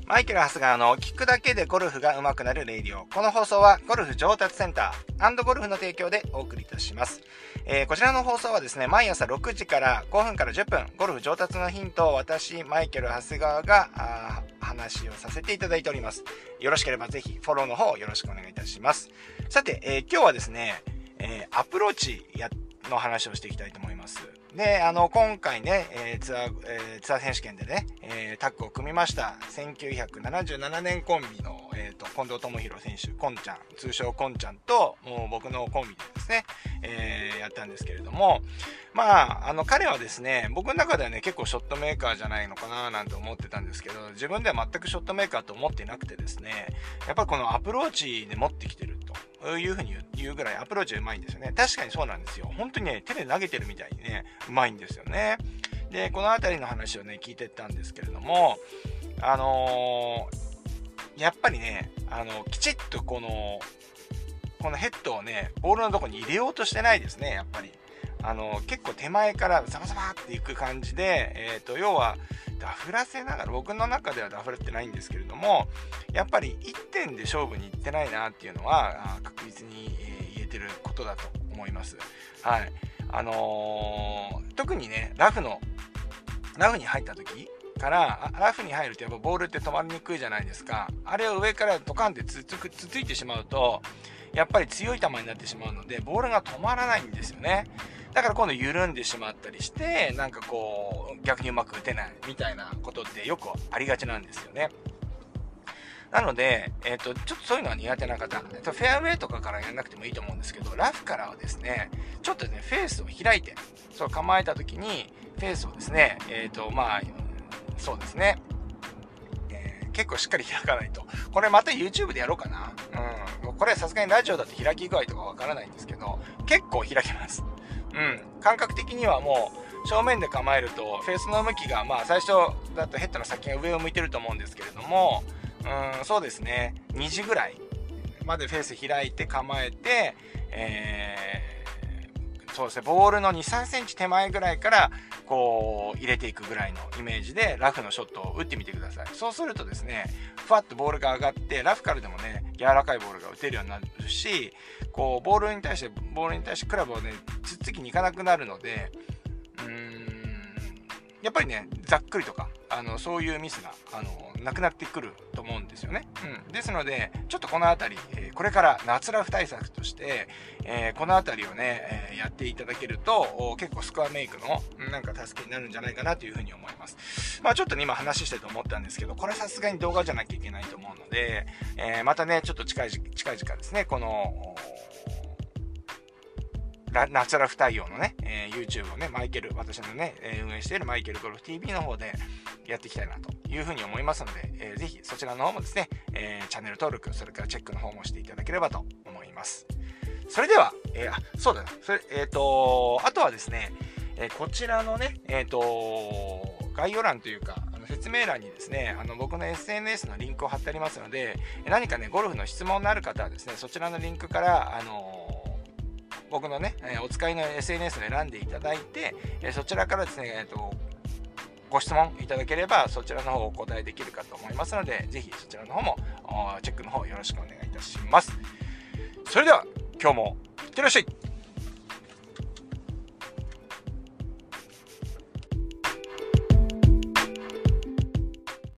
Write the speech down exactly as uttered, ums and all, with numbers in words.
マイケル・ハスガーの聞くだけでゴルフが上手くなるレイディオ。この放送はゴルフ上達センター&ゴルフの提供でお送りいたします。えー、こちらの放送はですね、毎朝ろくじからごふんからじゅっぷん、ゴルフ上達のヒントを私、マイケル・ハスガーが話をさせていただいております。よろしければぜひフォローの方よろしくお願いいたします。さて、えー、今日はですね、えー、アプローチやの話をしていきたいと思います。で、あの、今回ね、えー、ツアー、えー、ツアー選手権でね、えー、タッグを組みました。せんきゅうひゃくななじゅうななねんコンビの、えーと、近藤智弘選手、コンちゃん、通称コンちゃんと、もう僕のコンビでですね、えー、やったんですけれども、まあ、あの、彼はですね、僕の中ではね、結構ショットメーカーじゃないのかななんて思ってたんですけど、自分では全くショットメーカーと思ってなくてですね、やっぱりこのアプローチで持ってきてるというふうに言うぐらいアプローチうまいんですよね。確かにそうなんですよ。本当にね、手で投げてるみたいにね、うまいんですよね。で、このあたりの話をね、聞いてったんですけれども、あのー、やっぱりね、あの、きちっとこの、このヘッドをね、ボールのとこに入れようとしてないですね、やっぱり。あの、結構手前からサバサバっていく感じで、えっと、要は、ダフらせながら、僕の中ではダフらってないんですけれども、やっぱりいってんで勝負にいってないなっていうのは、確実に言えてることだと思います。はい。あのー、特にね、ラフの、ラフに入った時から、ラフに入るとやっぱボールって止まりにくいじゃないですか。あれを上からドカンってつつくつついてしまうと、やっぱり強い球になってしまうので、ボールが止まらないんですよね。だから今度緩んでしまったりして、なんかこう、逆にうまく打てないみたいなことってよくありがちなんですよね。なので、えっと、ちょっとそういうのは苦手な方、フェアウェイとかからやらなくてもいいと思うんですけど、ラフからはですね、ちょっとね、フェースを開いて、そう構えた時に、フェースをですね、えっと、まあ、そうですね、えー、結構しっかり開かないと。これまた YouTube でやろうかな。うん。これさすがにラジオだと開き具合とかわからないんですけど、結構開きます。うん。感覚的にはもう、正面で構えると、フェースの向きが、まあ最初だとヘッドの先が上を向いてると思うんですけれども、うん、そうですね、にじぐらいまでフェース開いて構えて、えー、そうですね、ボールのに、さんセンチ手前ぐらいからこう入れていくぐらいのイメージでラフのショットを打ってみてください。そうするとですね、ふわっとボールが上がってラフからでもね、柔らかいボールが打てるようになるし、こうボールに対してボールに対してクラブをね、つっつきにいかなくなるので、うーん、やっぱりね、ざっくりとかあのそういうミスがあのなくなってくると思うんですよね。うん、ですのでちょっとこのあたり、えー、これから夏ラフ対策として、えー、このあたりをね、えー、やっていただけると結構スコアメイクのなんか助けになるんじゃないかなというふうに思います。まあちょっとね今話してて思ったんですけど、これさすがに動画じゃなきゃいけないと思うので、えー、またねちょっと近い近い時間ですね、この夏ラフ対応のね、えー、YouTube をね、マイケル、私のね、えー、運営しているマイケルゴルフ ティーブイ の方でやっていきたいなというふうに思いますので、えー、ぜひそちらの方もですね、えー、チャンネル登録、それからチェックの方もしていただければと思います。それでは、えー、あ、そうだな、それ、えっと、あとはですね、えー、こちらのね、えっと、概要欄というか、あの説明欄にですね、あの僕の エスエヌエス のリンクを貼ってありますので、何かね、ゴルフの質問のある方はですね、そちらのリンクから、あのー僕のね、お使いの エスエヌエス を選んでいただいて、そちらからですね、えっと、ご質問いただければそちらの方をお答えできるかと思いますので、ぜひそちらの方もチェックの方よろしくお願いいたします。それでは今日もいってらっしゃい。